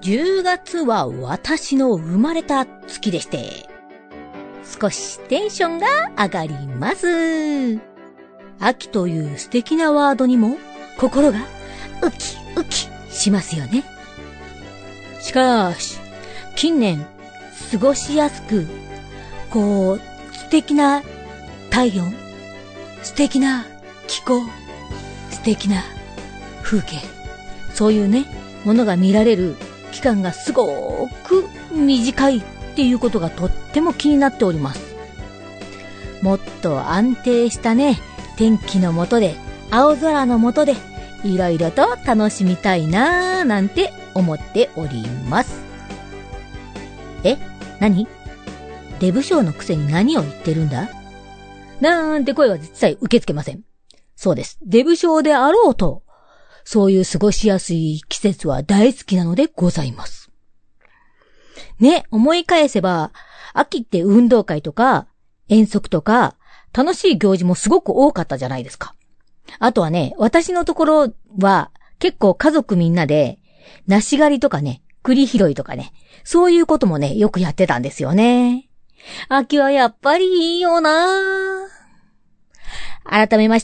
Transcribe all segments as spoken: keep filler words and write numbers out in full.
じゅうがつは私の生まれた月でして、少しテンションが上がります。秋という素敵なワードにも心がウキウキしますよね。しかし、近年過ごしやすく、こう、素敵な体温、素敵な気候、素敵な風景、そういうね、ものが見られる期間がすごく短いっていうことがとっても気になっております。もっと安定したね、天気の下で、青空の下で、いろいろと楽しみたいなーなんて思っております。え？何？デブ賞のくせに何を言ってるんだ？なんて声は実際受け付けません。そうです。デブ賞であろうと、そういう過ごしやすい季節は大好きなのでございます。ね、思い返せば、秋って運動会とか、遠足とか、楽しい行事もすごく多かったじゃないですか。あとはね、私のところは結構家族みんなで、梨狩りとかね、栗拾いとかね、そういうこともね、よくやってたんですよね。秋はやっぱりいいよな。改めまして、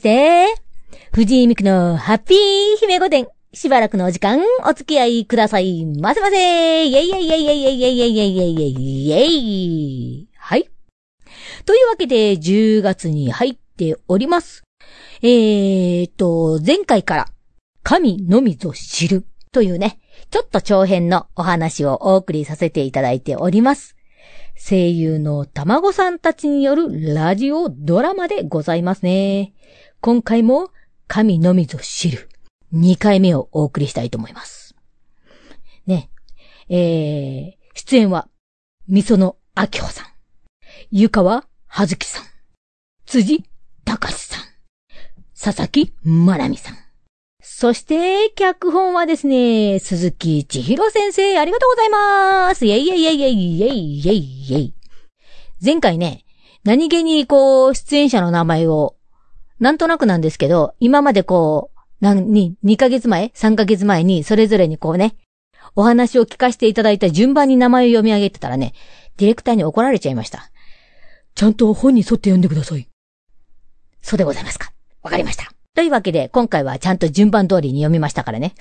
藤井美久のハッピー姫御殿、しばらくのお時間お付き合いくださいませませ。イェイイェイイェイイェイイェイイェイイェイイェイイェイイェイイェイ。はい。というわけでじゅうがつに入っております。えーと、前回から神のみぞ知るというね、ちょっと長編のお話をお送りさせていただいております。声優の卵さんたちによるラジオドラマでございますね。今回も神のみぞ知るにかいめをお送りしたいと思います。ね。えー、出演はみそのあきほさん、湯川はずきさん、辻たかしさん、佐々木まなみさん。そして、脚本はですね、鈴木千尋先生、ありがとうございます。イェイイェイイェイイェイイェイイェイイェイ。前回ね、何気にこう、出演者の名前を、なんとなくなんですけど、今までこう、何、に、にかげつまえ ?さんかげつまえに、それぞれにこうね、お話を聞かせていただいた順番に名前を読み上げてたらね、ディレクターに怒られちゃいました。ちゃんと本に沿って読んでください。そうでございますか。わかりました。というわけで、今回はちゃんと順番通りに読みましたからね。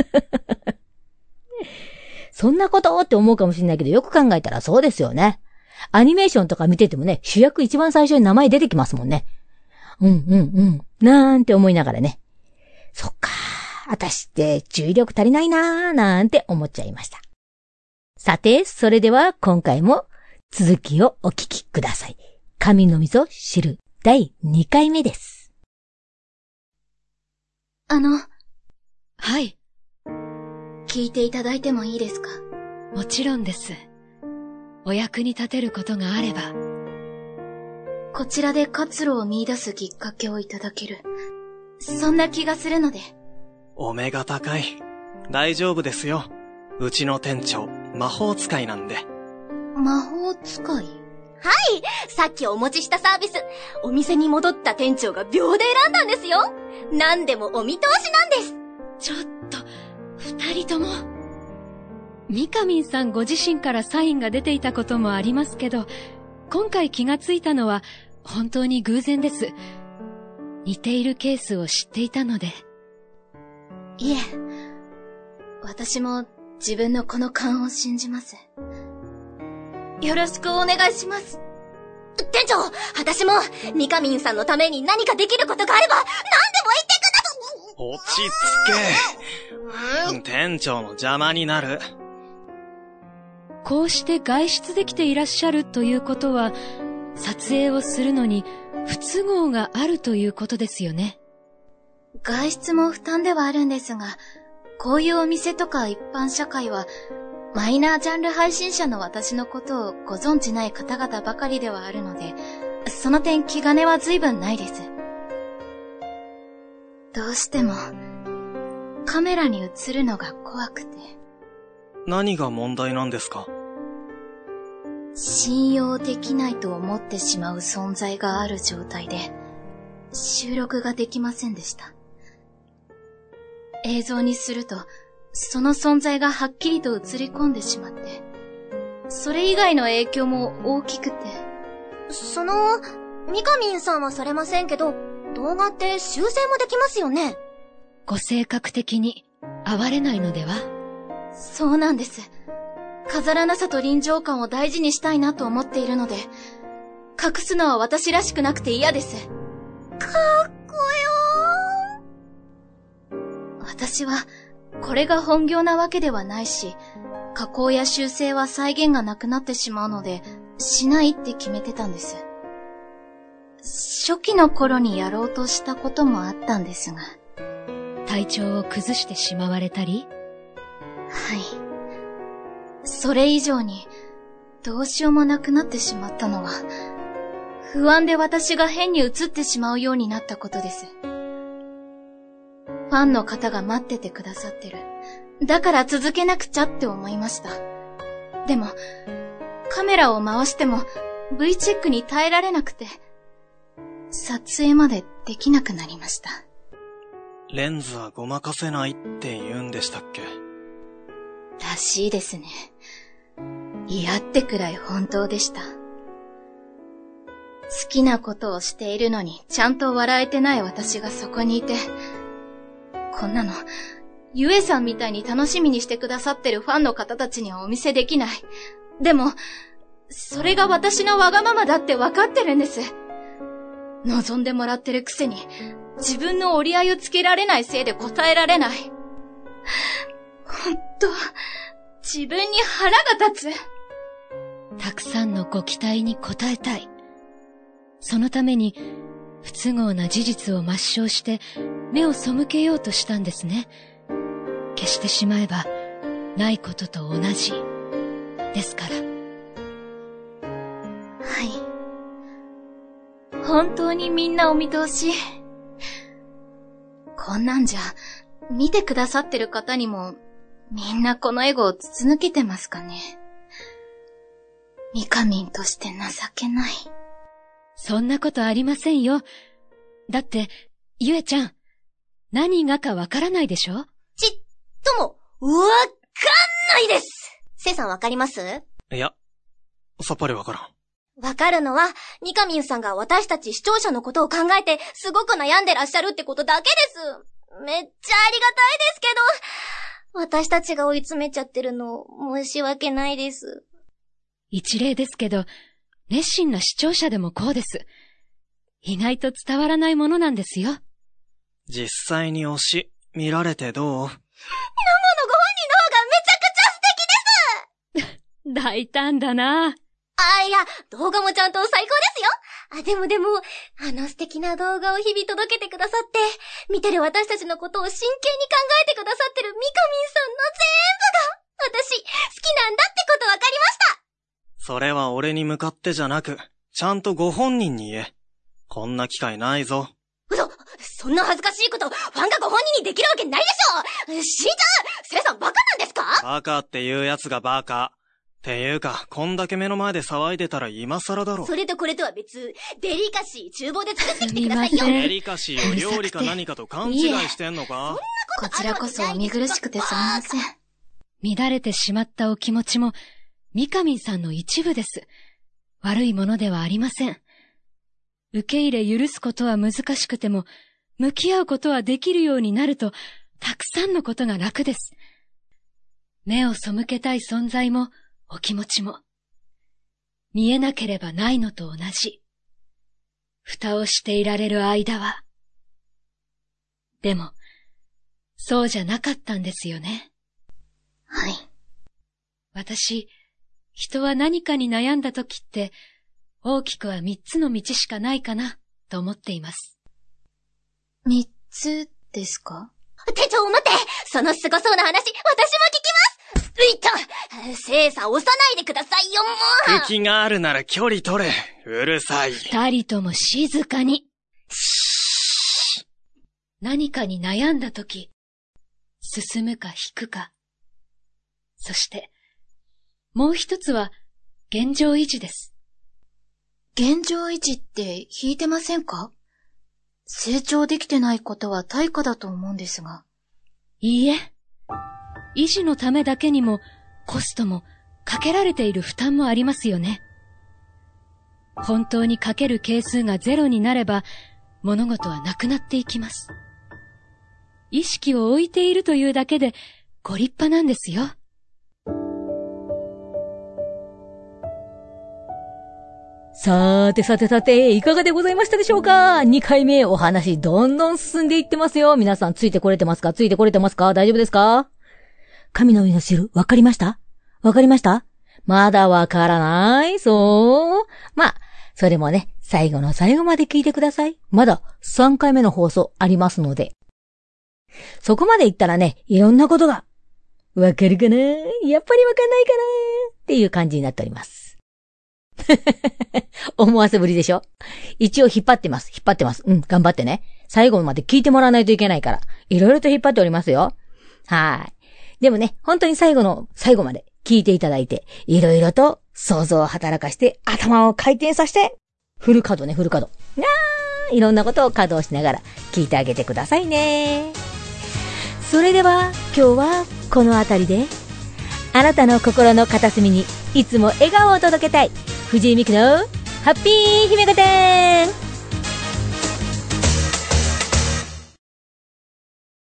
そんなことって思うかもしれないけど、よく考えたらそうですよね。アニメーションとか見ててもね、主役一番最初に名前出てきますもんね。うんうんうん。なんて思いながらね。そっかー、私って注意力足りないなーなんて思っちゃいました。さて、それでは今回も続きをお聞きください。神のみぞ知るだいにかいめです。 あの、 はい。 聞いていただいてもいいですか？ もちろんです。お役に立てることがあれば。 こちらで活路を見出すきっかけをいただける。そんな気がするので。 お目が高い。大丈夫ですよ。うちの店長、魔法使いなんで。 魔法使い？ はい、さっきお持ちしたサービス、お店に戻った店長が秒で選んだんですよ。何でもお見通しなんです。 ちょっと、二人とも。みかみんさんご自身からサインが出ていたこともありますけど、今回気がついたのは本当に偶然です。似ているケースを知っていたので。 いえ、私も自分のこの勘を信じます。よろしくお願いします。 店長、私もみかみんさんのために何かできることがあれば何でも言ってください。 落ち着け。店長の邪魔になる。 こうして外出できていらっしゃるということは、撮影をするのに不都合があるということですよね。 外出も負担ではあるんですが、こういうお店とか一般社会はマイナージャンル配信者の私のことをご存じない方々ばかりではあるので、その点気兼ねは随分ないです。どうしてもカメラに映るのが怖くて。 何が問題なんですか？ 信用できないと思ってしまう存在がある状態で収録ができませんでした。映像にするとその存在がはっきりと映り込んでしまって、それ以外の影響も大きくて。 その、ミカミンさんはされませんけど、動画って修正もできますよね。 ご性格的に哀れないのでは？ そうなんです。飾らなさと臨場感を大事にしたいなと思っているので、隠すのは私らしくなくて嫌です。 かっこよー。私は、これが本業なわけではないし、加工や修正は再現がなくなってしまうので、しないって決めてたんです。初期の頃にやろうとしたこともあったんですが。 体調を崩してしまわれたり？ はい。それ以上に、どうしようもなくなってしまったのは、不安で私が変に映ってしまうようになったことです。ファンの方が待っててくださってる。だから続けなくちゃって思いました。でも、カメラを回しても V チェックに耐えられなくて、撮影までできなくなりました。 レンズはごまかせないって言うんでしたっけ？ らしいですね。嫌ってくらい本当でした。好きなことをしているのにちゃんと笑えてない私がそこにいて、こんなの、ゆえさんみたいに楽しみにしてくださってるファンの方たちにはお見せできない。でも、それが私のわがままだってわかってるんです。望んでもらってるくせに、自分の折り合いをつけられないせいで答えられない。ほんと、自分に腹が立つ。 たくさんのご期待に応えたい。そのために、不都合な事実を抹消して目を背けようとしたんですね。消してしまえば、ないことと同じ。ですから。 はい。本当にみんなお見通し。こんなんじゃ、見てくださってる方にも、みんなこのエゴを筒抜けてますかね。ミカミンとして情けない。 そんなことありませんよ。だって、ゆえちゃん、何がかわからないでしょ？ ちっとも、わかんないです。せいさんわかります？ いや、さっぱりわからん。 わかるのは、ミカミンさんが私たち視聴者のことを考えて、すごく悩んでらっしゃるってことだけです。めっちゃありがたいですけど、私たちが追い詰めちゃってるの、申し訳ないです。 一例ですけど、熱心な視聴者でもこうです。意外と伝わらないものなんですよ。 実際に推し、見られてどう？ ナモのご本人の方がめちゃくちゃ素敵です。 大胆だな。 あ、いや、動画もちゃんと最高ですよ。あ、でもでも、あの素敵な動画を日々届けてくださって、見てる私たちのことを真剣に考えてくださってるミカミンさんの全部が、私、好きなんだってことわかりました。 それは俺に向かってじゃなく、ちゃんとご本人に言え。こんな機会ないぞ。 嘘、そんな恥ずかしいこと、ファンがご本人にできるわけないでしょ。しんちゃん、セイさんバカなんですか？ バカっていうやつがバカ。っていうか、こんだけ目の前で騒いでたら今更だろ。 それとこれとは別、デリカシー厨房で作ってきてくださいよ。 デリカシーを料理か何かと勘違いしてんのか？ こちらこそお見苦しくてすみません。 乱れてしまったお気持ちも、ミカミンさんの一部です。悪いものではありません。受け入れ許すことは難しくても、向き合うことはできるようになると、たくさんのことが楽です。目を背けたい存在も、お気持ちも、見えなければないのと同じ。蓋をしていられる間は。でも、そうじゃなかったんですよね。 はい。 私、人は何かに悩んだ時って、大きくは三つの道しかないかな、と思っています。 三つですか？ 店長待って、そのすごそうな話、私も聞きます。ういった、せいさん押さないでくださいよ、もう。 敵があるなら距離取れ。うるさい。 二人とも静かに。しー。何かに悩んだとき、進むか引くか。そして、もう一つは、現状維持です。 現状維持って引いてませんか？成長できてないことは対価だと思うんですが。 いいえ。 維持のためだけにもコストもかけられている負担もありますよね。本当にかける係数がゼロになれば物事はなくなっていきます。意識を置いているというだけでご立派なんですよ。 さーてさてさて、いかがでございましたでしょうか？ に 回目お話どんどん進んでいってますよ。皆さんついてこれてますか？ついてこれてますか？大丈夫ですか？神の上の汁、わかりました？わかりました？まだわからない？そう。まあ、それもね、最後の最後まで聞いてください。まださんかいめの放送ありますので。そこまで言ったらね、いろんなことがわかるかな？やっぱりわかんないかな？っていう感じになっております。思わせぶりでしょ？一応引っ張ってます。引っ張ってます。うん、頑張ってね。最後まで聞いてもらわないといけないから。いろいろと引っ張っておりますよ。はい。でもね、本当に最後の最後まで聞いていただいて、いろいろと想像を働かして、頭を回転させて、フル稼働ね、フル稼働。あー、いろんなことを稼働しながら聞いてあげてくださいね。それでは、今日はこのあたりで、あなたの心の片隅にいつも笑顔を届けたい藤井美久のハッピー姫御殿。